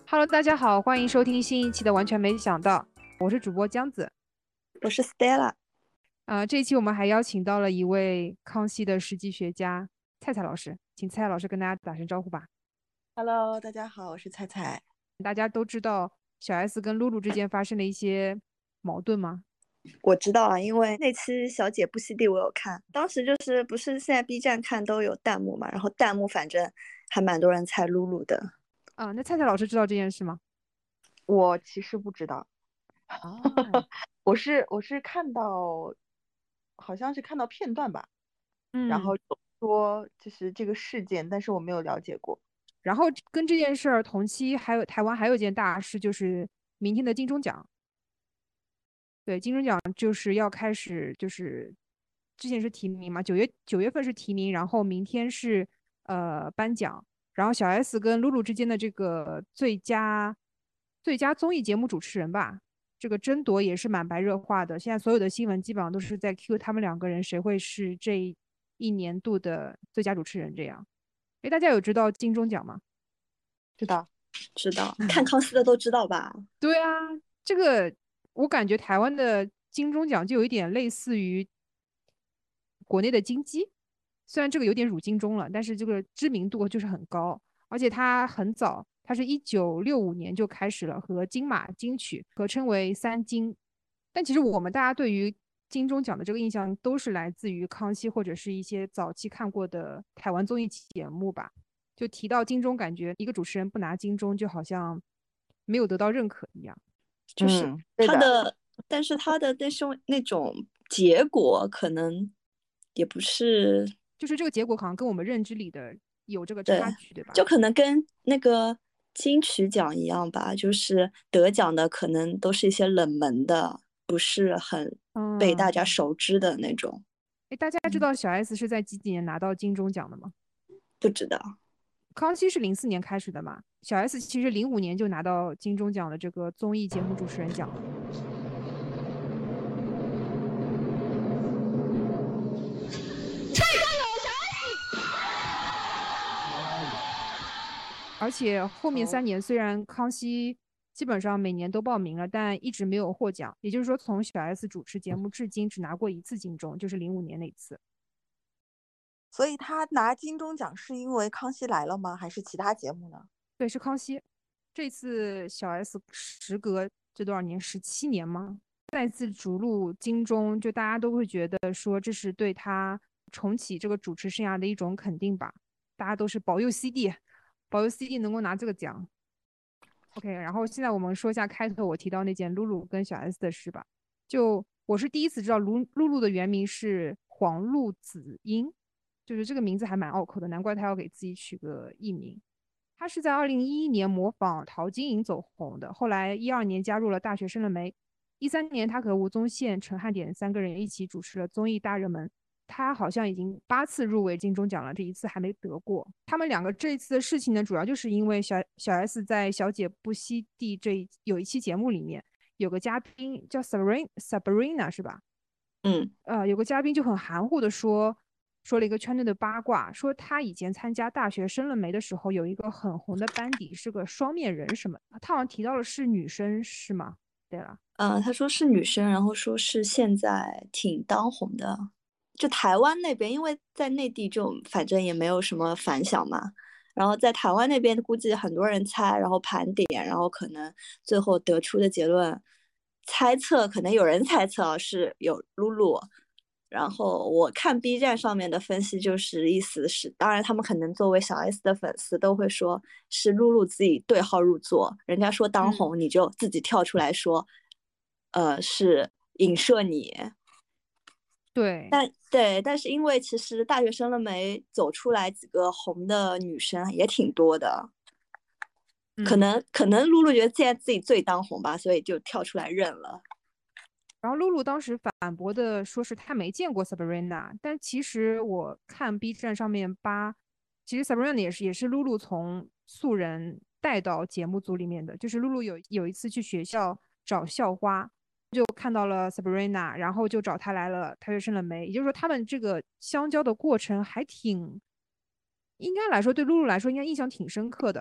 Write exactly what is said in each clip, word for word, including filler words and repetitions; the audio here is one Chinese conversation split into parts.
Hello，大家好，欢迎收听新一期的《完全没想到》，我是主播江子。 我是 Stella。 呃，这一期我们还邀请到了一位康熙的实际学家蔡蔡老师，请蔡蔡老师跟大家打声招呼吧。 Hello，大家好，我是菜菜。 大家都知道小 S 跟露露之间发生了一些矛盾吗？ 我知道啊，因为那期《小姐不吸地》我有看，当时就是不是现在 B 站看都有弹幕嘛，然后弹幕反正还蛮多人猜露露的。 啊，那蔡蔡老师知道这件事吗？ 我其实不知道， 哦， 我是我是看到，好像是看到片段吧，然嗯， 后有说就是这个事件，但是我没有了解过。 然后跟这件事儿同期，还有台湾还有一件大事，就是明天的金钟奖。对，金钟奖就是要开始，就是之前是提名嘛，九月九月份是提名，然后明天是呃颁奖，然后小 S 跟露露之间的这个最佳最佳综艺节目主持人吧，这个争夺也是蛮白热化的。现在所有的新闻基本上都是在 cue 他们两个人谁会是这一年度的最佳主持人这样。诶，大家有知道金钟奖吗？ 知道。 知道，看康熙的都知道吧？ 对啊，这个我感觉台湾的金钟奖就有一点类似于国内的金鸡，虽然这个有点辱金钟了，但是这个知名度就是很高，而且它很早，它是一九六五年就开始了和金马、金曲合称为三金。但其实我们大家对于金钟奖的这个印象都是来自于康熙或者是一些早期看过的台湾综艺节目吧。就提到金钟，感觉一个主持人不拿金钟，就好像没有得到认可一样。 就是嗯，对的。 他的，但是他的那种那种结果可能也不是。 就是这个结果好像跟我们认知里的有这个对， 差距，对吧？ 就可能跟那个金曲奖一样吧，就是得奖的可能都是一些冷门的，不是很被大嗯， 家熟知的那种。 哎，大家知道小 S 是在几几年拿到金钟奖的吗？ 不知道。 康熙是零四年开始的嘛，小 S 其实零五年就拿到金钟奖的这个综艺节目主持人奖了。而且后面好。 三年虽然康熙基本上每年都报名了，但一直没有获奖。也就是说，从小 S 主持节目至今只拿过一次金钟，就是零五年那次。 所以他拿金钟奖是因为《康熙来了》吗？还是其他节目呢？ 对，是康熙。这次小 S 时隔这多少年，十七年吗？再次逐鹿金钟，就大家都会觉得说这是对他重启这个主持生涯的一种肯定吧。大家都是保佑 C D，保佑 C D 能够拿这个奖。OK，然后现在我们说一下开头我提到那件露露跟小 S 的事吧。就我是第一次知道露露露的原名是黄露子英，就是这个名字还蛮拗口的，难怪她要给自己取个艺名。她是在二零一一年模仿陶晶莹走红的，后来一二年加入了《大学生了没》，一三年她和吴宗宪、陈汉典三个人一起主持了综艺大热门。他好像已经八次入围金钟奖了，这一次还没得过。他们两个这一次的事情呢，主要就是因为小小 S 在《小姐不吸地》这有一期节目里面有个嘉宾叫 Sabrina Sabrina 是吧？ 嗯， 呃，有个嘉宾就很含糊的说说了一个圈内的八卦，说他以前参加大学生了没的时候，有一个很红的班底是个双面人什么，他好像提到了是女生是吗？对了， 呃，他说是女生，然后说是现在挺当红的。就台湾那边，因为在内地就反正也没有什么反响嘛，然后在台湾那边估计很多人猜，然后盘点，然后可能最后得出的结论，猜测可能有人猜测啊是有露露，然后我看 B 站上面的分析就是意思是，当然他们可能作为小 S 的粉丝都会说是露露自己对号入座，人家说当嗯， 红你就自己跳出来说，呃是影射你。 对， 但对，但是因为其实大学生了没走出来几个红的女生也挺多的，可嗯。 能可能露露觉得现在自己最当红吧，所以就跳出来认了。 然后露露当时反驳的说是她没见过 Sabrina，但其实我看 B 站上面扒，其实 Sabrina 也是也是露露从素人带到节目组里面的，就是露露有有一次去学校找校花，就看到了 Sabrina，然后就找她来了，她就生了没，也就是说他们这个相交的过程还挺，应该来说对露露来说应该印象挺深刻的。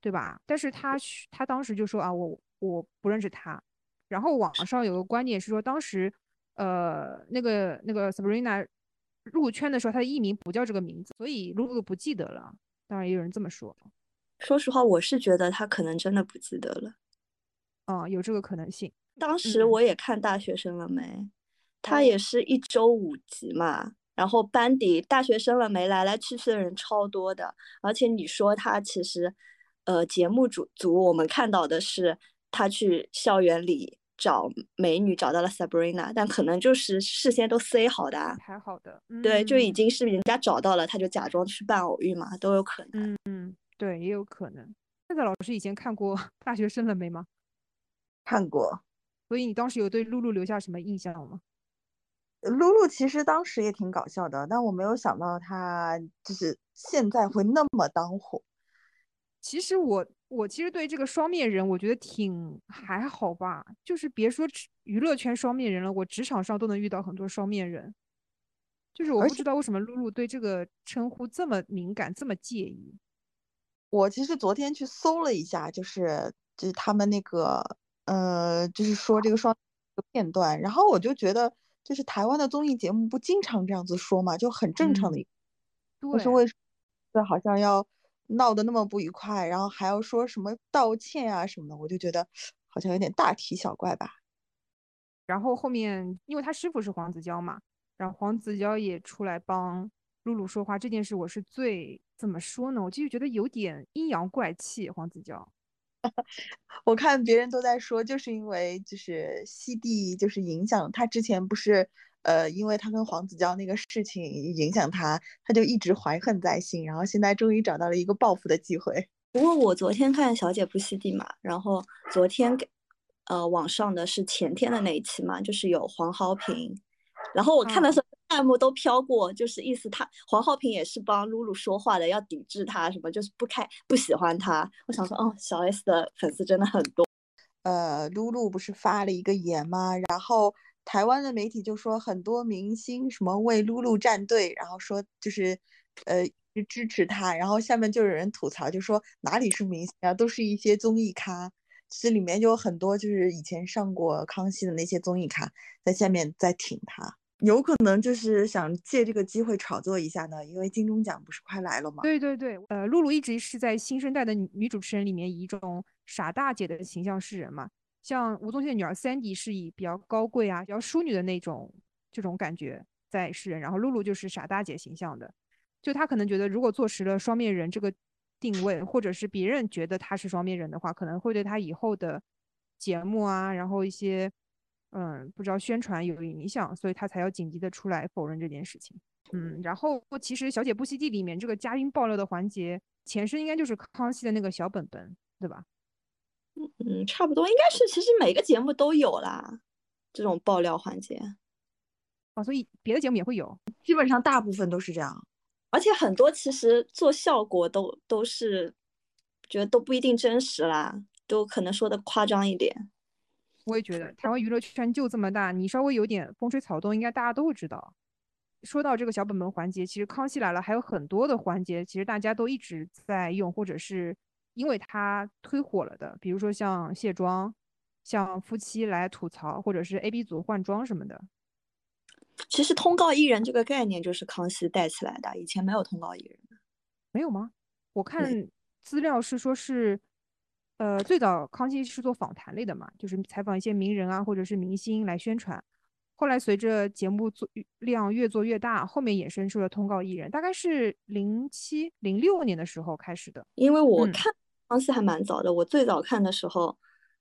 对吧？但是他他当时就说啊，我我不认识他。然后网上有个观点是说，当时呃那个那个 Sabrina 入圈的时候，她的艺名不叫这个名字，所以露露不记得了。当然也有人这么说。 说实话，我是觉得他可能真的不记得了。 啊、有这个可能性。 当时嗯， 我也看大学生了没，他也哦， 是一周五集嘛，然后班底大学生了没来来去去的人超多的，而且你说他其实，呃，节目组组我们看到的是他去校园里找美女，找到了 Sabrina，但可能就是事先都塞好的安啊， 排好的。 对，就已嗯经是人家找到了，他就假装去办偶遇嘛，都有可能。 嗯嗯，对，也有可能。现在老师以前看过《大学生了没》吗？ 看过。 所以你当时有对露露留下什么印象吗？ 露露其实当时也挺搞笑的，但我没有想到她就是现在会那么当红。 其实我我其实对这个双面人，我觉得挺还好吧。就是别说职娱乐圈双面人了，我职场上都能遇到很多双面人。就是我而且不知道为什么露露对这个称呼这么敏感，这么介意。 我其实昨天去搜了一下，就是就是他们那个呃，就是说这个双的片段，然后我就觉得，就是台湾的综艺节目不经常这样子说嘛，就很正常的嗯， 一个。但是对。 为什么好像要闹得那么不愉快，然后还要说什么道歉啊什么的，我就觉得好像有点大题小怪吧。 然后后面因为他师傅是黄子佼嘛，然后黄子佼也出来帮露露说话，这件事我是最怎么说呢？我就觉得有点阴阳怪气，黄子佼。 我看别人都在说，就是因为就是西帝就是影响他之前不是呃，因为他跟黄子佼那个事情影响他，他就一直怀恨在心，然后现在终于找到了一个报复的机会。 不过我昨天看《小姐不熙娣》嘛，然后昨天给呃网上的是前天的那一期嘛，就是有黄豪平，然后我看的啊， 时候弹幕都飘过，就是意思他黄浩平也是帮露露说话的，要抵制他什么，就是不开不喜欢他。我想说，哦，小 S 的粉丝真的很多。 呃，露露不是发了一个言吗？然后台湾的媒体就说很多明星什么为露露站队，然后说就是呃支持他，然后下面就有人吐槽，就说哪里是明星啊，都是一些综艺咖。这里面就有很多就是以前上过康熙的那些综艺咖在下面在挺他，有可能就是想借这个机会炒作一下呢，因为金钟奖不是快来了吗？ 对对对，呃，露露一直是在新生代的女女主持人里面以一种傻大姐的形象示人嘛。像吴宗宪的女儿 Sandy 是以比较高贵啊、比较淑女的那种这种感觉在示人，然后露露就是傻大姐形象的。就她可能觉得，如果坐实了双面人这个定位，或者是别人觉得她是双面人的话，可能会对她以后的节目啊，然后一些嗯不知道宣传有影响，所以她才要紧急的出来否认这件事情。嗯，然后其实《小姐不熙娣》里面这个嘉宾爆料的环节，前身应该就是康熙的那个小本本，对吧？ 嗯，差不多应该是，其实每个节目都有啦，这种爆料环节， 哦，所以别的节目也会有。 基本上大部分都是这样。 而且很多其实做效果都都是觉得都不一定真实啦，都可能说的夸张一点。 我也觉得台湾娱乐圈就这么大，你稍微有点风吹草动，应该大家都会知道。说到这个小本本环节，其实《康熙来了》还有很多的环节，其实大家都一直在用，或者是因为它推火了的，比如说像卸妆，像夫妻来吐槽，或者是 A B 组换装什么的。 其实通告艺人这个概念就是康熙带起来的，以前没有通告艺人。 没有吗？我没看资料是说是，呃，最早康熙是做访谈类的嘛，就是采访一些名人啊，或者是明星来宣传。后来随着节目做量越做越大，后面衍生出了通告艺人，大概是零七零六年的时候开始的。 因为我嗯看康熙还蛮早的，我最早看的时候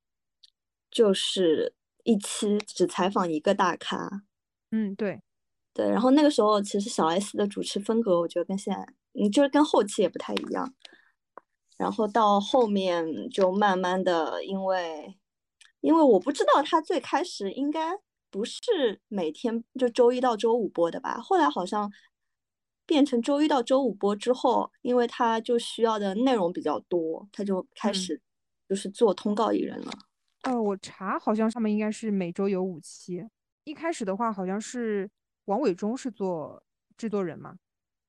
就是一期只采访一个大咖， 嗯，对。 对，然后那个时候其实小 S 的主持风格，我觉得跟现在，嗯，就是跟后期也不太一样。然后到后面就慢慢的，因为因为我不知道他最开始应该不是每天就周一到周五播的吧，后来好像变成周一到周五播之后，因为他就需要的内容比较多，他就开嗯， 始就是做通告艺人了。 呃，我查好像上面应该是每周有五期。一开始的话，好像是王伟忠是做制作人嘛。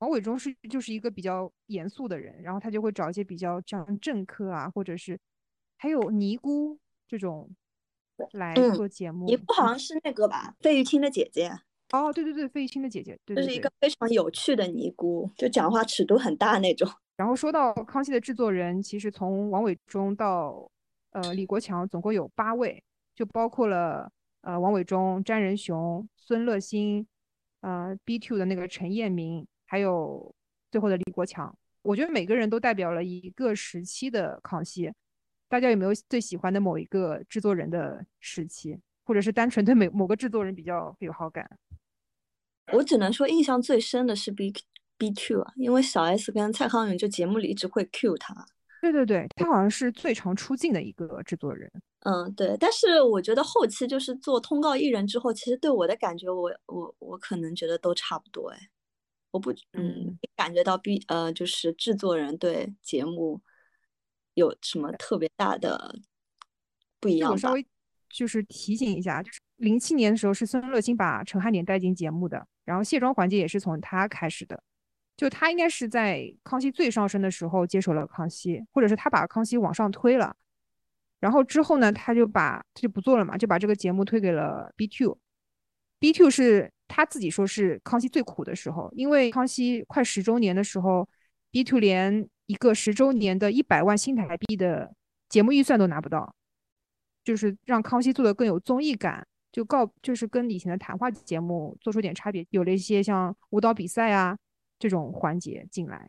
王伟忠是就是一个比较严肃的人，然后他就会找一些比较像政客啊，或者是还有尼姑这种来嗯， 做节目。 一部好像是那个吧，费玉清的姐姐， 哦，对对对，费玉清的姐姐，对对对。 就是一个非常有趣的尼姑，就讲话尺度很大那种。 然后说到康熙的制作人，其实从王伟忠到呃李国强，总共有八位，就包括了呃王伟忠、詹仁雄、孙乐欣，呃 B two 的那个陈彦明，还有最后的李国强。我觉得每个人都代表了一个时期的康熙。大家有没有最喜欢的某一个制作人的时期，或者是单纯对每某个制作人比较有好感？ 我只能说印象最深的是 B B two 啊，因为小 S 跟蔡康永就节目里一直会 cue 他。 对对对，他好像是最常出镜的一个制作人。 嗯，对，但是我觉得后期就是做通告艺人之后，其实对我的感觉我，我我可能觉得都差不多哎，我不嗯嗯， 感觉到 B 呃就是制作人对节目有什么特别大的不一样吧？ 这个稍微就是提醒一下，就是零七年的时候是孙乐欣把陈汉典带进节目的，然后卸妆环节也是从他开始的。就他应该是在康熙最上升的时候接手了康熙，或者是他把康熙往上推了。然后之后呢，他就把他就不做了嘛，就把这个节目推给了 B two。B two 是他自己说是康熙最苦的时候，因为康熙快十周年的时候，B two 连一个十周年的一百万新台币的节目预算都拿不到，就是让康熙做的更有综艺感，就告就是跟以前的谈话节目做出点差别，有了一些像舞蹈比赛啊这种环节进来。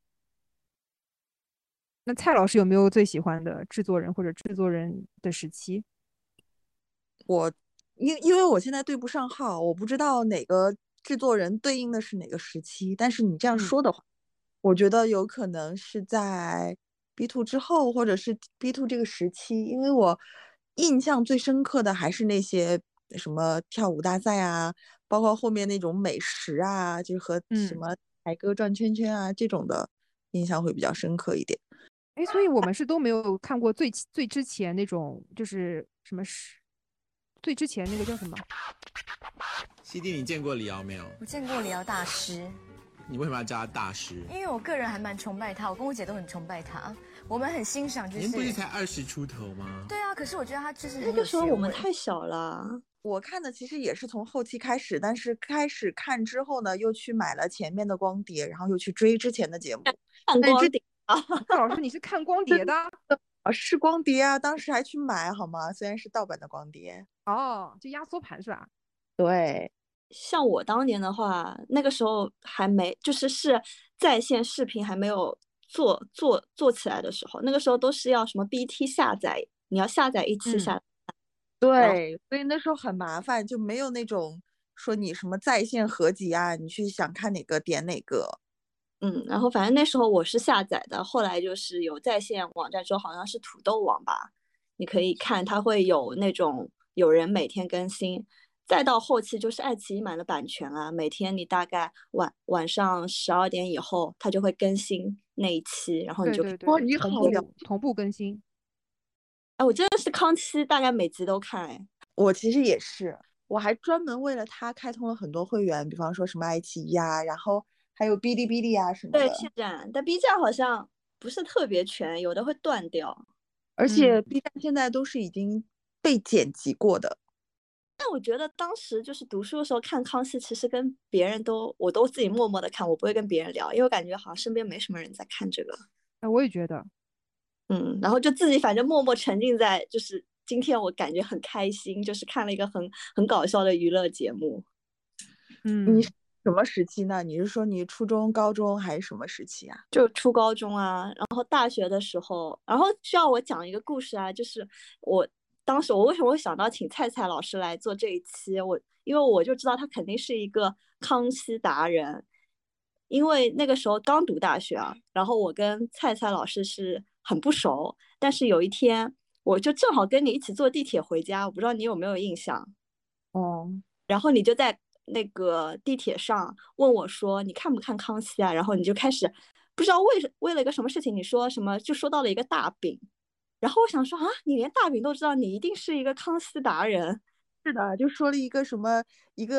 那蔡老师有没有最喜欢的制作人或者制作人的时期？ 我因因为我现在对不上号，我不知道哪个制作人对应的是哪个时期。但是你这样嗯说的话，我觉得有可能是在 B two 之后，或者是 B two 这个时期。因为我印象最深刻的还是那些什么跳舞大赛啊，包括后面那种美食啊，就是和什嗯， 么台歌转圈圈啊这种的印象会比较深刻一点。 哎，所以我们是都没有看过最最之前那种，就是什么是最之前那个叫什么？ 西弟，你见过李敖没有？ 我见过李敖大师， 你为什么要叫他大师？ 因为我个人还蛮崇拜他，我跟我姐都很崇拜他，我们很欣赏，就是您不是才二十出头吗？ 对啊，可是我觉得他就是那很有个时候我们学问太小了。 我看的其实也是从后期开始，但是开始看之后呢，又去买了前面的光碟，然后又去追之前的节目。 看光碟啊， 蔡老师，你是看光碟的？ 啊，是光碟啊，当时还去买好吗？虽然是盗版的光碟。 哦，就压缩盘是吧？ 对， 像我当年的话，那个时候还没，就是是在线视频还没有做做做起来的时候，那个时候都是要什么 B T 下载，你要下载一期下， 嗯， 对，所以那时候很麻烦，就没有那种说你什么在线合集啊，你去想看哪个点哪个。 嗯，然后反正那时候我是下载的，后来就是有在线网站之后，好像是土豆网吧，你可以看，它会有那种有人每天更新，再到后期就是爱奇艺买了版权啊，每天你大概晚晚上十二点以后，它就会更新那一期，然后你就可以对对对， 哇，你同好了， 步同步更新。 哎，我真的是康熙，大概每集都看哎。 我其实也是，我还专门为了它开通了很多会员，比方说什么爱奇艺啊，然后还有哔哩哔哩啊什么对， 的。 线站，但 B 站好像不是特别全，有的会断掉。 而嗯， 且 B 站现在都是已经被剪辑过的。 但我觉得当时就是读书的时候看康熙，其实跟别人都，我都自己默默的看，我不会跟别人聊，因为我感觉好像身边没什么人在看这个。 哎，我也觉得。 嗯，然后就自己反正默默沉浸在，就是今天我感觉很开心，就是看了一个很很搞笑的娱乐节目。 嗯， 什么时期呢？你是说你初中、高中还是什么时期啊？ 就初高中啊，然后大学的时候，然后需要我讲一个故事啊，就是我当时我为什么会想到请蔡蔡老师来做这一期，我因为我就知道他肯定是一个康熙达人，因为那个时候刚读大学啊，然后我跟蔡蔡老师是很不熟，但是有一天我就正好跟你一起坐地铁回家，我不知道你有没有印象， 哦， 然后你就在那个地铁上问我说你看不看康熙啊？然后你就开始不知道为为了一个什么事情，你说什么就说到了一个大饼，然后我想说啊，你连大饼都知道，你一定是一个康熙达人。 是的，就说了一个什么一个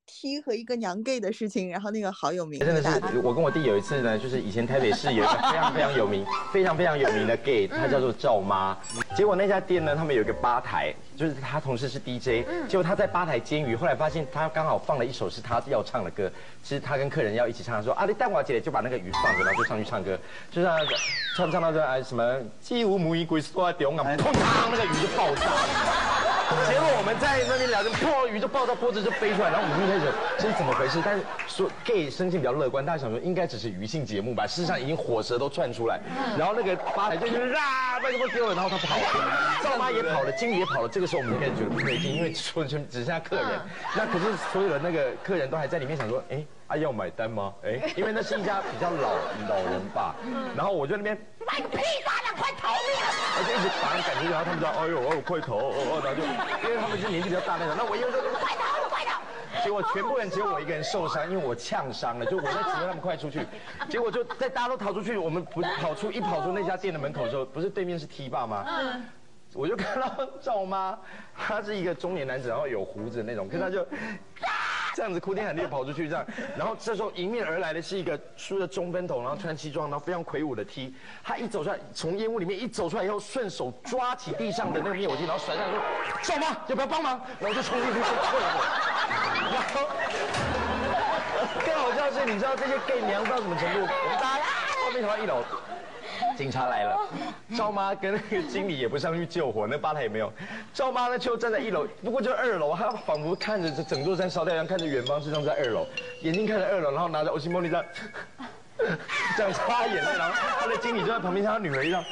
T 和一个娘 gay 的事情，然后那个好有名， 真的是我跟我弟有一次呢，就是以前台北市有一个非常非常有名、非常非常有名的 gay， 他叫做赵妈。结果那家店呢，他们有一个吧台，就是他同事是 D J， 结果他在吧台煎鱼，后来发现他刚好放了一首是他要唱的歌，其实他跟客人要一起唱，他说啊，你带我姐就把那个鱼放着，然后就上去唱歌，就像唱唱到这哎什么鸡无母一鬼说在丢啊，砰砰那个鱼就爆炸。结果我们在那边聊天，破鱼就爆到脖子就飞出来，然后我们就开始这是怎么回事？但是说 gay 生性比较乐观，大家想说应该只是娱性节目吧，事实上已经火舌都窜出来，然后那个吧台就是啊麦克风丢了，然后他跑了，赵妈也跑了，经理也跑了，这个时候我们就开始觉得不对劲，因为纯纯只剩下客人，那可是所有的那个客人都还在里面想说，哎。啊，要买单吗？哎，因为那是一家比较老老人吧，然后我就那边买个屁大了，快逃命！我就一直把人赶出去，然后他们就哎呦哦快逃哦，然后就因为他们是年纪比较大那种，那我又说快逃快逃，结果全部人只有我一个人受伤，因为我呛伤了，就我在指挥他们快出去，结果就在大家都逃出去，我们不跑出一跑出那家店的门口的时候，不是对面是 T 吧吗？嗯。我就看到赵妈，她是一个中年男子，然后有胡子那种，可是他就这样子哭天喊地跑出去这样，然后这时候迎面而来的是一个梳着中分头，然后穿西装，然后非常魁梧的 T， 他一走出来，从烟雾里面一走出来以后，顺手抓起地上的那个灭火器，然后甩上来说：“赵妈，要不要帮忙？”然后就冲进去就退了。然后更好笑的是，你知道这些 gay 娘到什么程度？我们大家后面跑到一楼。警察来了，赵妈跟那个经理也不上去救火，那吧台也没有。赵妈呢就站在一楼，不过就二楼，她仿佛看着这整座山烧掉一样，看着远方，实际上在二楼，眼睛看着二楼，然后拿着欧西莫利这样这样擦眼泪，然后他的经理就在旁边像他女儿一样。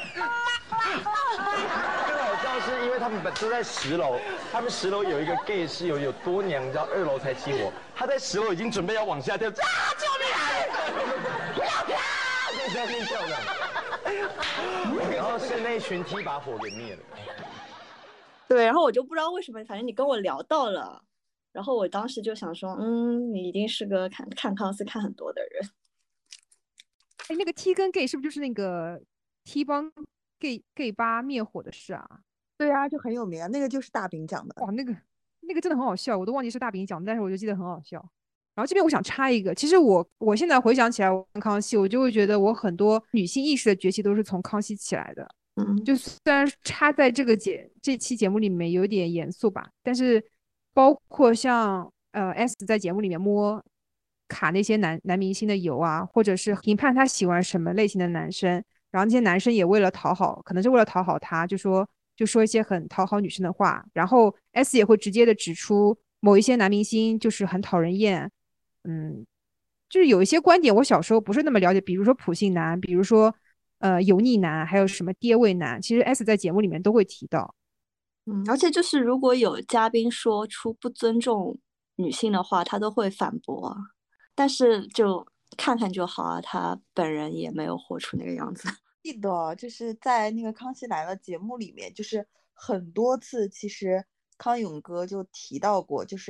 更好笑是因为他们本都在十楼，他们十楼有一个 gay 室友有多娘，你知道二楼才起火，他在十楼已经准备要往下跳，啊救命啊！不要跳！就在那边叫这样。然后是那群 T 把火给灭了。 对，然后我就不知道为什么，反正你跟我聊到了，然后我当时就想说，嗯，你一定是个看看康熙看很多的人。 哎，那个 T 跟 gay 是不是就是那个 T 帮 gay gay 吧灭火的事啊？ 对啊，就很有名啊，那个就是大饼讲的。 哇，那个那个真的很好笑，我都忘记是大饼讲的，但是我就记得很好笑。然后这边我想插一个，其实我我现在回想起来，我看康熙，我就会觉得我很多女性意识的崛起都是从康熙起来的。 嗯， 就虽然插在这个节这期节目里面有点严肃吧，但是包括像呃 S 在节目里面摸卡那些男男明星的油啊，或者是评判他喜欢什么类型的男生，然后那些男生也为了讨好，可能是为了讨好他，就说就说一些很讨好女生的话，然后 S 也会直接的指出某一些男明星就是很讨人厌。嗯，就是有一些观点我小时候不是那么了解，比如说普信男，比如说呃油腻男，还有什么爹味男，其实 S 在节目里面都会提到。 嗯，而且就是如果有嘉宾说出不尊重女性的话，他都会反驳，但是就看看就好啊，他本人也没有活出那个样子。 记得就是在那个《康熙来了》节目里面，就是很多次，其实康永哥就提到过，就是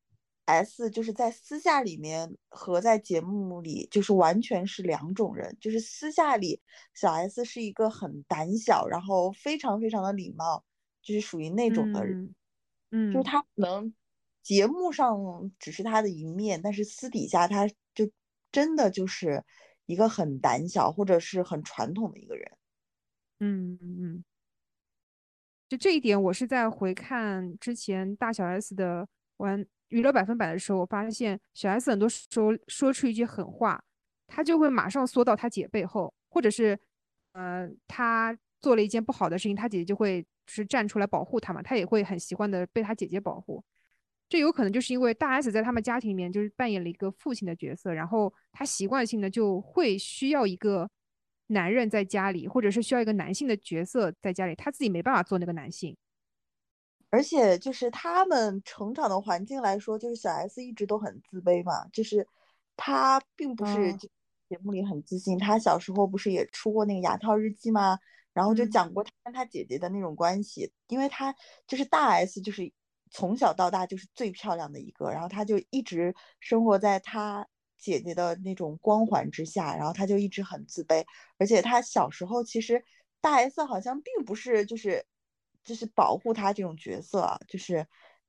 S 就是在私下里面和在节目里就是完全是两种人。就是私下里小 S 是一个很胆小，然后非常非常的礼貌，就是属于那种的人。 嗯， 就是他可能节目上只是他的一面，但是私底下他就真的就是一个很胆小或者是很传统的一个人。 嗯嗯，就这一点，我是在回看之前大小 S 的玩娱乐百分百的时候，我发现小 S 很多时候说出一句狠话，他就会马上缩到他姐背后，或者是呃他做了一件不好的事情，他姐姐就会就是站出来保护他嘛，他也会很习惯的被他姐姐保护。这有可能就是因为大 S 在他们家庭里面就是扮演了一个父亲的角色，然后他习惯性的就会需要一个男人在家里，或者是需要一个男性的角色在家里，他自己没办法做那个男性。 而且就是他们成长的环境来说，就是小 S 一直都很自卑嘛，就是他并不是节目里很自信，他小时候不是也出过那个牙套日记吗？然后就讲过他跟他姐姐的那种关系，因为他就是大 S 就是从小到大就是最漂亮的一个，然后他就一直生活在他姐姐的那种光环之下，然后他就一直很自卑。而且他小时候其实大 S 好像并不是就是就是保护他这种角色，就是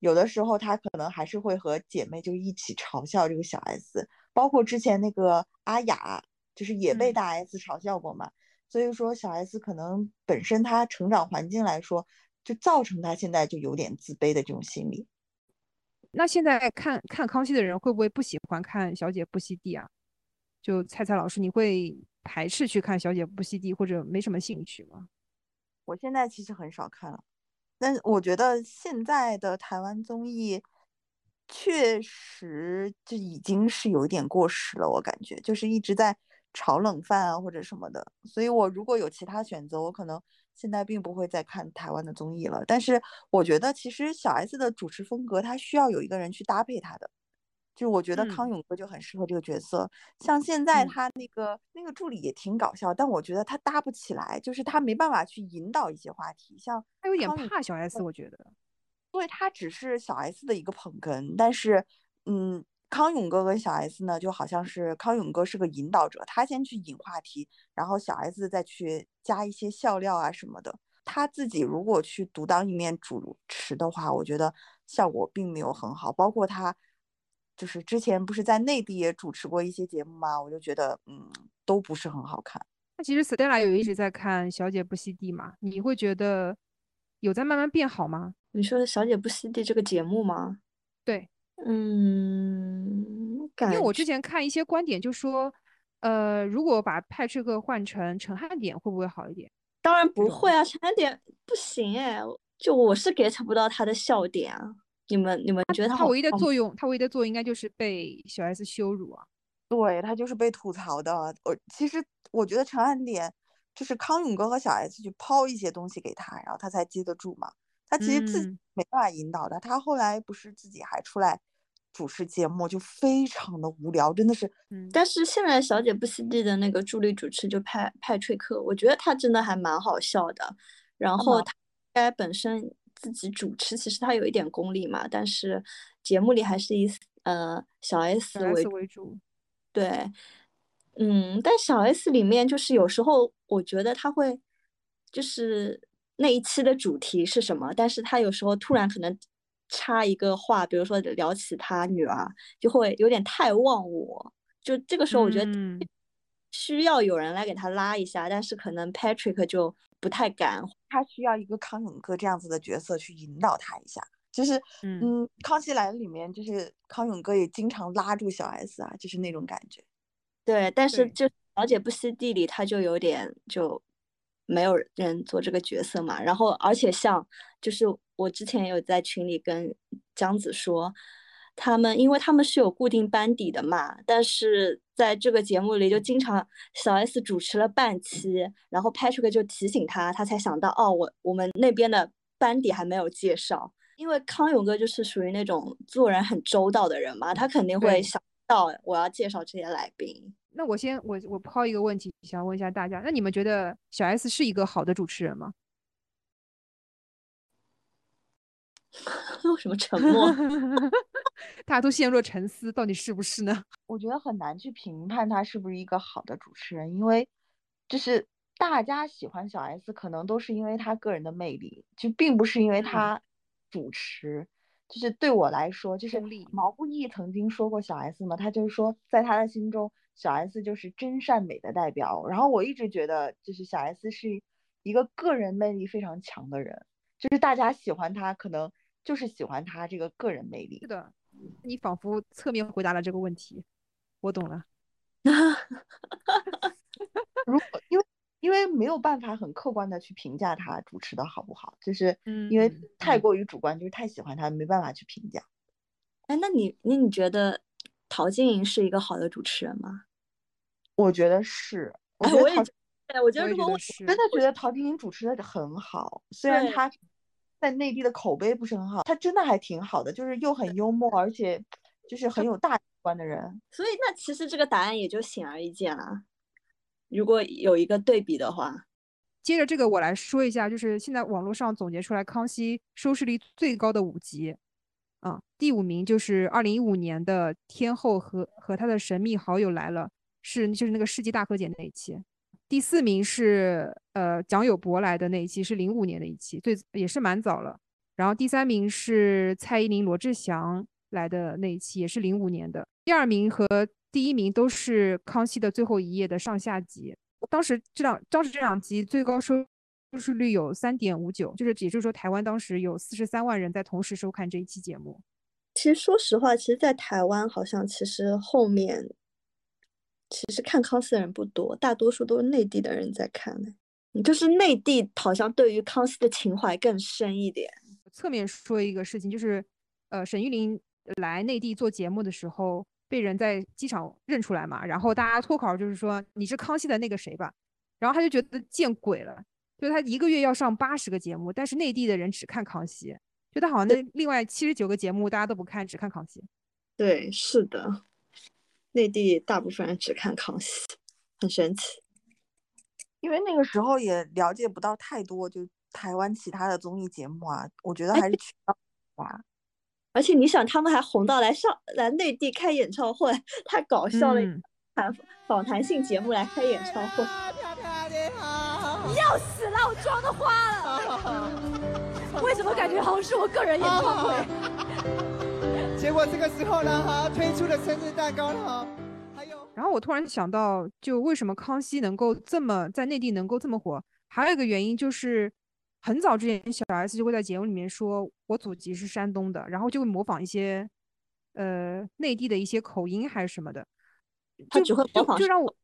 有的时候他可能还是会和姐妹就一起嘲笑这个小 S，包括之前那个阿雅，就是也被嗯大 S 嘲笑过嘛。所以说小 S 可能本身她成长环境来说，就造成她现在就有点自卑的这种心理。 那现在看看康熙的人会不会不喜欢看小姐不熙娣啊？就蔡蔡老师，你会排斥去看小姐不熙娣，或者没什么兴趣吗？ 我现在其实很少看了，但是我觉得现在的台湾综艺确实就已经是有一点过时了，我感觉就是一直在炒冷饭啊或者什么的。所以我如果有其他选择，我可能现在并不会再看台湾的综艺了。但是我觉得其实小 S 的主持风格，他需要有一个人去搭配他的。就我觉得康嗯永哥就很适合这个角色，像现在嗯， 他那个那个助理也挺搞笑，但我觉得他搭不起来，就是他没办法去引导一些话题，像他有点康永， 怕小 S，我觉得。 对，他只是小 S 的一个捧哏，但是嗯，康永哥跟小 S 呢，就好像是康永哥是个引导者，他先去引话题，然后小 S 再去加一些笑料啊什么的。他自己如果去独当一面主持的话，我觉得效果并没有很好。包括他就是之前不是在内地也主持过一些节目嘛，我就觉得嗯都不是很好看。 那其实 Stella 有一直在看《小姐不熙娣》嘛，你会觉得有在慢慢变好吗？ 你说的《小姐不熙娣》这个节目吗？ 对， 嗯， 因为感觉我之前看一些观点就说，呃，如果把派翠克换成陈汉典会不会好一点？ 当然这种不会啊，陈汉典不行哎，就我是 get 不到他的笑点啊。你们你们觉得他他唯一的好笑吗？ 作用，他唯一的作用应该就是被小 S 羞辱啊。 对，他就是被吐槽的。我其实我觉得陈汉典就是康永哥和小 S 去抛一些东西给他，然后他才接得住嘛。他其实自己嗯没办法引导的。他后来不是自己还出来主持节目，就非常的无聊，真的是。 嗯， 但是现在《小姐不熙娣》的那个助理主持就派派翠克，我觉得他真的还蛮好笑的。然他蛮后他应该本身自己主持，其实他有一点功力嘛，但是节目里还是以呃小小 S 为 S 为主。 对，嗯，但小 S 里面就是有时候我觉得他会，就是那一期的主题是什么，但是他有时候突然可能插一个话，比如说聊起他女儿，就会有点太忘我。就这个时候，我觉得嗯， 需要有人来给他拉一下，但是可能 Patrick 就不太敢。 他需要一个康永哥这样子的角色去引导他一下。就是嗯， 嗯，康熙来了里面就是康永哥也经常拉住小 S 啊，就是那种感觉。 对，但是对， 就了解不熙娣里，他就有点就没有人做这个角色嘛。然后，而且像就是我之前有在群里跟江子说，他们因为他们是有固定班底的嘛，但是在这个节目里就经常小 S 主持了半期，然后 Patrick 就提醒他，他才想到哦，我我们那边的班底还没有介绍。因为康永哥就是属于那种做人很周到的人嘛，他肯定会对。 想到我要介绍这些来宾。 那我先我我抛一个问题，想问一下大家，那你们觉得小 S 是一个好的主持人吗？ 为什么沉默？ 大家都陷入了沉思，到底是不是呢？ 我觉得很难去评判他是不是一个好的主持人，因为就是大家喜欢小 S，可能都是因为他个人的魅力，就并不是因为嗯， 他主持。就是对我来说，就是功利。 毛不易曾经说过小 S 嘛，他就是说在他的心中，小 S 就是真善美的代表。然后我一直觉得，就是小 S 是一个个人魅力非常强的人，就是大家喜欢他，可能就是喜欢他这个个人魅力。 是的，你仿佛侧面回答了这个问题，我懂了。 如果因为因为没有办法很客观的去评价他主持的好不好，就是因为嗯， 太过于主观，就是太喜欢他，没办法去评价。 哎，那你那你觉得陶晶莹是一个好的主持人吗？ 我觉得是，我哎， 觉得陶我也觉得，我觉我也觉得如果问得是。 真的觉得陶晶莹主持的很好，虽然对她在内地的口碑不是很好，她真的还挺好的，就是又很幽默，而且就是很有大局观的人。 所以那其实这个答案也就显而易见了。如果有一个对比的话， 接着这个我来说一下，就是现在网络上总结出来康熙收视率最高的五集啊，第五名就是二零一五年的天后和和他的神秘好友来了，是就是那个世纪大和解那一期。第四名是呃蒋友柏来的那一期，是零五年的一期，最也是蛮早了。 然后第三名是蔡依林、罗志祥来的那一期，也是零五年的。第二名和第一名都是康熙的最后一夜的上下集。当时这两当时这两集最高收视率有三点五九，就是也就是说台湾当时有四十三万人在同时收看这一期节目。 其实说实话，其实，在台湾好像其实后面其实看康熙的人不多，大多数都是内地的人在看呢。就是内地好像对于康熙的情怀更深一点。 侧面说一个事情，就是呃，沈玉琳来内地做节目的时候，被人在机场认出来嘛，然后大家脱口就是说你是康熙的那个谁吧，然后他就觉得见鬼了，就是他一个月要上八十个节目，但是内地的人只看康熙，就他好像那另外七十九个节目大家都不看，只看康熙。 对，是的，内地大部分人只看康熙，很神奇。 因为那个时候也了解不到太多，就台湾其他的综艺节目啊，我觉得还是渠道啊。 而且你想，他们还红到来上来内地开演唱会，太搞笑了！谈访谈性节目来开演唱会， 要死了！我妆都花了，为什么感觉好像是我个人演唱会？ 结果这个时候呢，哈推出了生日蛋糕了。 然后我突然想到，就为什么康熙能够这么在内地能够这么火，还有一个原因就是很早之前小 S 就会在节目里面说我祖籍是山东的，然后就会模仿一些呃内地的一些口音还是什么的， 他只会模仿， 就让我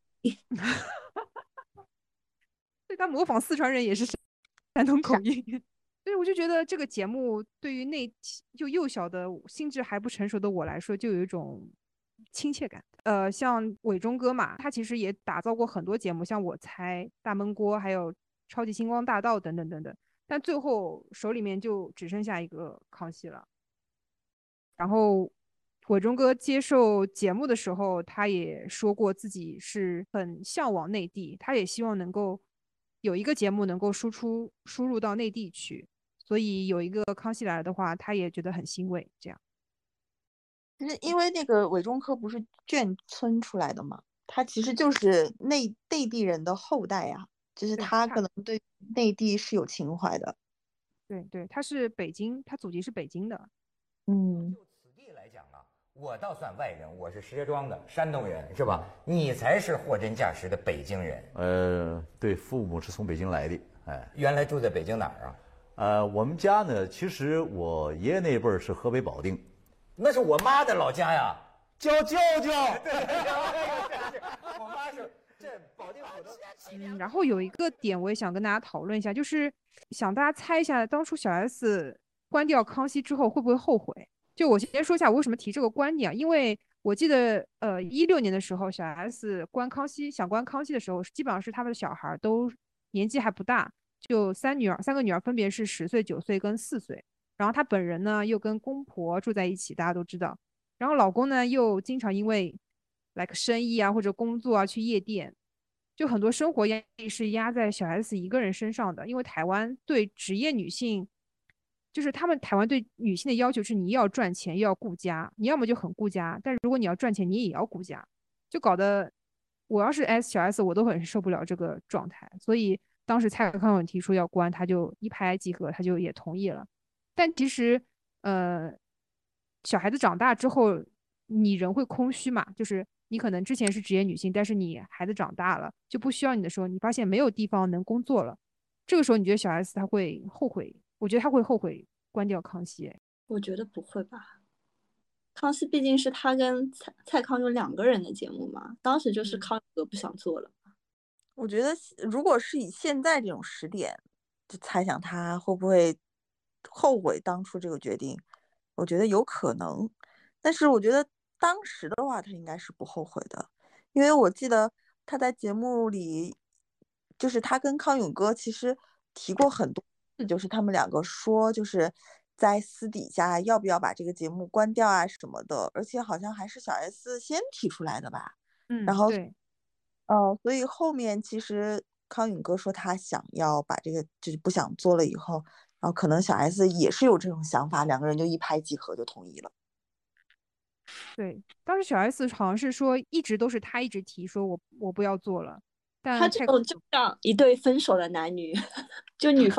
对他模仿四川人也是山东口音，所以我就觉得这个节目对于那就幼小的心智还不成熟的我来说，就有一种亲切感。呃，像伟忠哥嘛，他其实也打造过很多节目，像我猜、大闷锅，还有超级星光大道等等等等，但最后手里面就只剩下一个康熙了。然后伟忠哥接受节目的时候，他也说过自己是很向往内地，他也希望能够有一个节目能够输出输入到内地去，所以有一个康熙来了的话，他也觉得很欣慰。这样。 其实因为那个伟忠哥不是眷村出来的嘛，他其实就是内内地人的后代呀、啊，就是他可能对内地是有情怀的。 对对，他是北京，他祖籍是北京的。 嗯，就此地来讲啊，我倒算外人，我是石家庄的山东人，是吧？你才是货真价实的北京人。 呃，对，父母是从北京来的，哎， 原来住在北京哪儿啊？ 呃，我们家呢，其实我爷爷那辈儿是河北保定。 那是我妈的老家呀， 叫舅舅。 对，我妈是这保定府的。 嗯，然后有一个点我也想跟大家讨论一下，就是想大家猜一下，当初小 S 关掉康熙之后会不会后悔？就我先说一下我为什么提这个观点啊，因为我记得呃一六年的时候，小 S 关康熙想关康熙的时候，基本上是他们的小孩都年纪还不大，就三女儿三个女儿分别是十岁、九岁跟四岁。然后她本人呢又跟公婆住在一起，大家都知道。然后老公呢又经常因为 like 生意啊或者工作啊去夜店，就很多生活压力是压在小 S 一个人身上的。因为台湾对职业女性，就是他们台湾对女性的要求是你要赚钱又要顾家，你要么就很顾家，但是如果你要赚钱你也要顾家，就搞得我要是 S 小 S 我都很受不了这个状态。所以当时蔡康永提出要关，他就一拍即合，他就也同意了。但其实，呃，小孩子长大之后，你人会空虚嘛？就是你可能之前是职业女性，但是你孩子长大了，就不需要你的时候，你发现没有地方能工作了，这个时候你觉得小 S 他会后悔？我觉得他会后悔关掉康熙。 我觉得不会吧？康熙毕竟是他跟蔡蔡康永两个人的节目嘛，当时就是康永哥不想做了。 嗯、我觉得如果是以现在这种时点，就猜想他会不会后悔当初这个决定，我觉得有可能，但是我觉得当时的话他应该是不后悔的，因为我记得他在节目里，就是他跟康永哥其实提过很多次，就是他们两个说就是在私底下要不要把这个节目关掉啊什么的，而且好像还是小 S 先提出来的吧。 嗯， 然后对， 呃，所以后面其实康永哥说他想要把这个就是不想做了以后，然后可能小 S 也是有这种想法，两个人就一拍即合就同意了。 对，当时小 S 好像是说一直都是他一直提说我我不要做了，但他这种就像一对分手的男女，就女方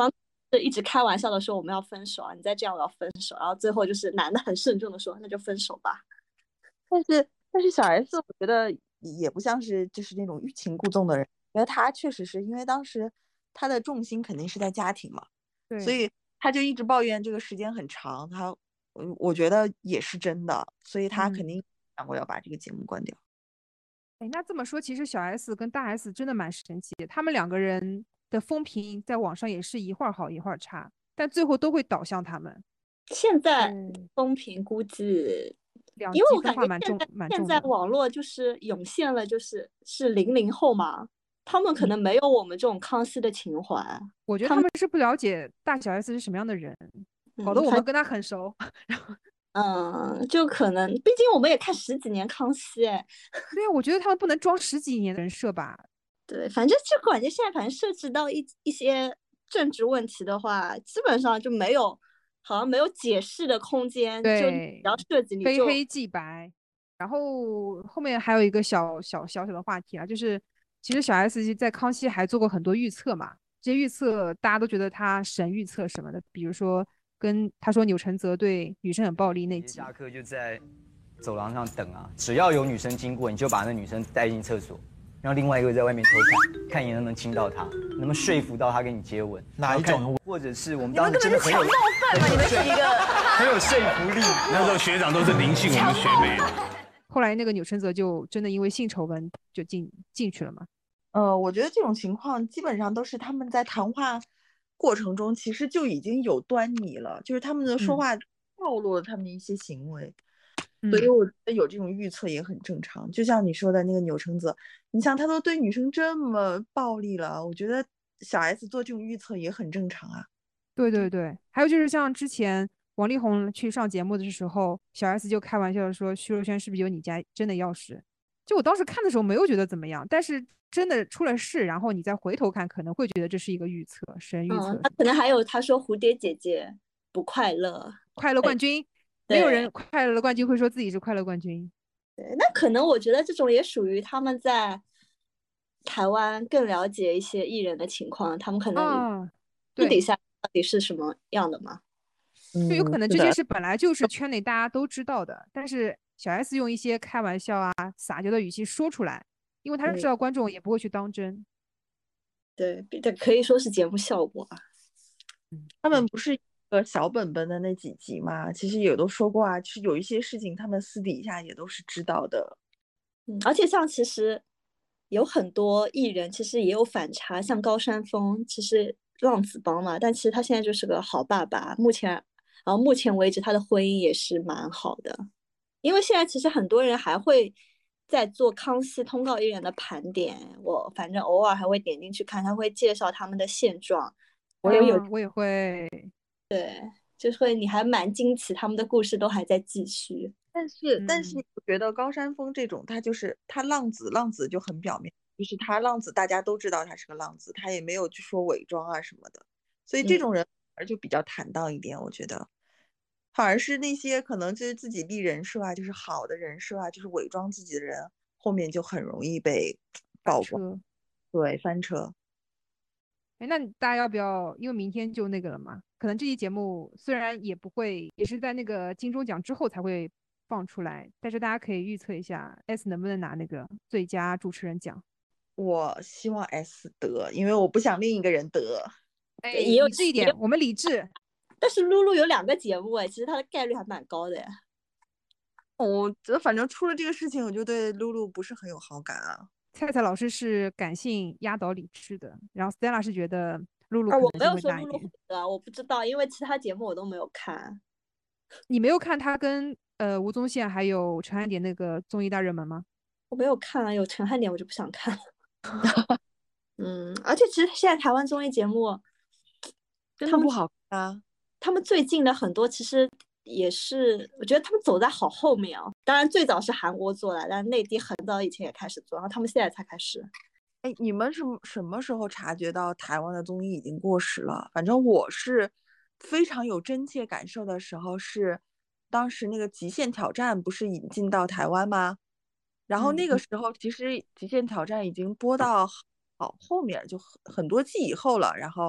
是一直开玩笑的说我们要分手啊，你再这样我要分手，然后最后就是男的很慎重的说那就分手吧。 但是但是小 S 我觉得也不像是就是那种欲擒故纵的人，因为他确实是因为当时他的重心肯定是在家庭嘛， 对， 所以他就一直抱怨这个时间很长，他我觉得也是真的，所以他肯定想过要把这个节目关掉。 哎，那这么说，其实小 S 跟大 S 真的蛮神奇的，他们两个人的风评在网上也是一会儿好一会儿差，但最后都会倒向他们。 现在风评估计， 两因为我感觉极分化蛮重现在现在蛮重的。 网络就是涌现了，就是是零零后嘛，他们可能没有我们这种康熙的情怀。 我觉得他们是不了解大小 S 是什么样的人，搞得我们跟他很熟。然后嗯，就可能，毕竟我们也看十几年康熙，哎。 对啊，我觉得他们不能装十几年的人设吧。 对，反正就感觉现在反正涉及到一一些政治问题的话，基本上就没有，好像没有解释的空间，就只要涉及你就非黑即白。然后后面还有一个小小小小的话题啊，就是其实小 S 在康熙还做过很多预测嘛，这些预测大家都觉得他神预测什么的，比如说跟他说钮承泽对女生很暴力那集， 下课就在走廊上等啊，只要有女生经过，你就把那女生带进厕所，让另外一个在外面偷看，看你能不能亲到她，能不能说服到她跟你接吻。 哪一种？ 或者是我们当时真的很有你们根本是抢闹饭嘛，你们几个很有说服力。 那时候学长都是灵性我们学妹。 后来那个钮承泽就真的因为性丑闻就进进去了嘛。 呃，我觉得这种情况基本上都是他们在谈话过程中其实就已经有端倪了，就是他们的说话暴露了他们的一些行为。 嗯、 所以我觉得有这种预测也很正常。就像你说的那个钮承泽，你想他都对女生这么暴力了，我觉得小 S 做这种预测也很正常啊。 对对对，还有就是像之前王力宏去上节目的时候，小 S 就开玩笑说徐若瑄是不是有你家真的钥匙？就我当时看的时候没有觉得怎么样，但是真的出了事，然后你再回头看，可能会觉得这是一个预测，神预测。 嗯，他可能还有他说蝴蝶姐姐不快乐， 快乐冠军，没有人快乐的冠军会说自己是快乐冠军。 对，那可能我觉得这种也属于他们在台湾更了解一些艺人的情况，他们可能私底下到底是什么样的嘛？ 就有可能这件事本来就是圈内大家都知道的，但是小 S 用一些开玩笑啊、撒娇的语气说出来，因为他知道观众也不会去当真。 对，这可以说是节目效果啊。 他们不是一个小本本的那几集嘛，其实也都说过啊，就是有一些事情他们私底下也都是知道的。 嗯，而且像其实有很多艺人其实也有反差，像高山峰其实浪子帮嘛，但其实他现在就是个好爸爸，目前然后目前为止他的婚姻也是蛮好的。因为现在其实很多人还会在做康熙通告艺人的盘点，我反正偶尔还会点进去看，他会介绍他们的现状。 我也有、嗯，我也会。 对，就是会，你还蛮惊奇，他们的故事都还在继续。 但是，嗯、但是，我觉得高山峰这种，他就是他浪子，浪子就很表面，就是他浪子，大家都知道他是个浪子，他也没有去说伪装啊什么的，所以这种人反而就比较坦荡一点，嗯、我觉得。反而是那些可能就是自己立人设啊，就是好的人设啊，就是伪装自己的人，后面就很容易被曝光，对，翻车。 哎，那大家要不要？因为明天就那个了嘛，可能这期节目虽然也不会，也是在那个金钟奖之后才会放出来，但是大家可以预测一下 S 能不能拿那个最佳主持人奖。 我希望 S 得，因为我不想另一个人得。 哎，也有理智一点，我们理智。 但是露露有两个节目哎，其实她的概率还蛮高的呀。 我觉得反正出了这个事情，我就对露露不是很有好感啊。 菜菜老师是感性压倒理智的，然后 Stella 是觉得露露可能就会大一点。啊，我没有说露露会得，我不知道，因为其他节目我都没有看。 你没有看他跟呃吴宗宪还有陈汉典那个综艺大热门吗？ 我没有看啊，有陈汉典我就不想看了。嗯，而且其实现在台湾综艺节目真的不好看啊。 他们最近的很多其实也是，我觉得他们走在好后面啊。当然最早是韩国做的，但内地很早以前也开始做，然后他们现在才开始。 哎，你们是什么时候察觉到台湾的综艺已经过时了？反正我是非常有真切感受的时候是，当时那个《极限挑战》不是引进到台湾吗？然后那个时候其实《极限挑战》已经播到好后面，就很很多季以后了，然后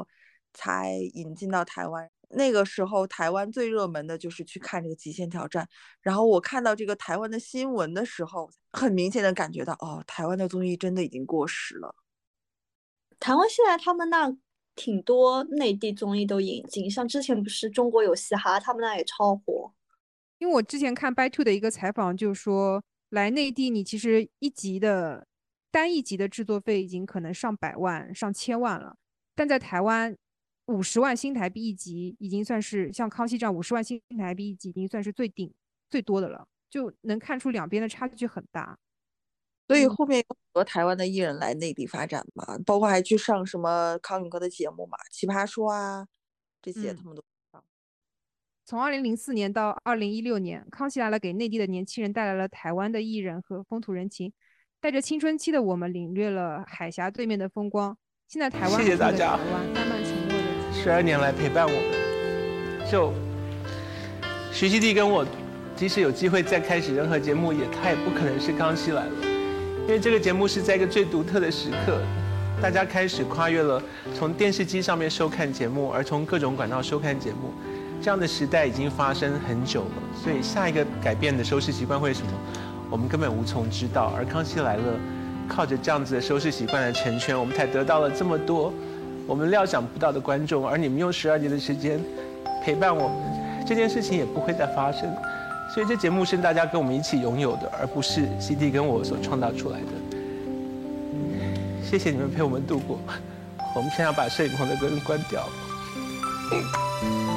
才引进到台湾。那个时候台湾最热门的就是去看这个极限挑战，然后我看到这个台湾的新闻的时候，很明显的感觉到，哦，台湾的综艺真的已经过时了。 台湾现在他们那挺多内地综艺都引进，像之前不是中国有嘻哈，他们那也超火。 因为我之前看 By Two 的一个采访，就说来内地你其实一集的单一集的制作费已经可能上百万上千万了，但在台湾五十万新台币一集已经算是像康熙这样五十万新台币一集已经算是最顶最多的了，就能看出两边的差距很大。 所以后面有很多台湾的艺人来内地发展嘛，包括还去上什么康永哥的节目嘛，奇葩说啊这些他们都上。 从二零零四年到二零一六年，康熙来了给内地的年轻人带来了台湾的艺人和风土人情，带着青春期的我们领略了海峡对面的风光。现在台湾， 谢谢大家， 台湾慢慢沉默的十二年来陪伴我们。就徐熙娣跟我，即使有机会再开始任何节目，也他也不可能是康熙来了，因为这个节目是在一个最独特的时刻，大家开始跨越了从电视机上面收看节目，而从各种管道收看节目。这样的时代已经发生很久了，所以下一个改变的收视习惯会是什么，我们根本无从知道。而康熙来了，靠着这样子的收视习惯的成全，我们才得到了这么多我们料想不到的观众。而你们用十二年的时间陪伴我们，这件事情也不会再发生。所以这节目是大家跟我们一起拥有的，而不是 C D 跟我所创造出来的。谢谢你们陪我们度过，我们现在要把摄影棚的灯关掉。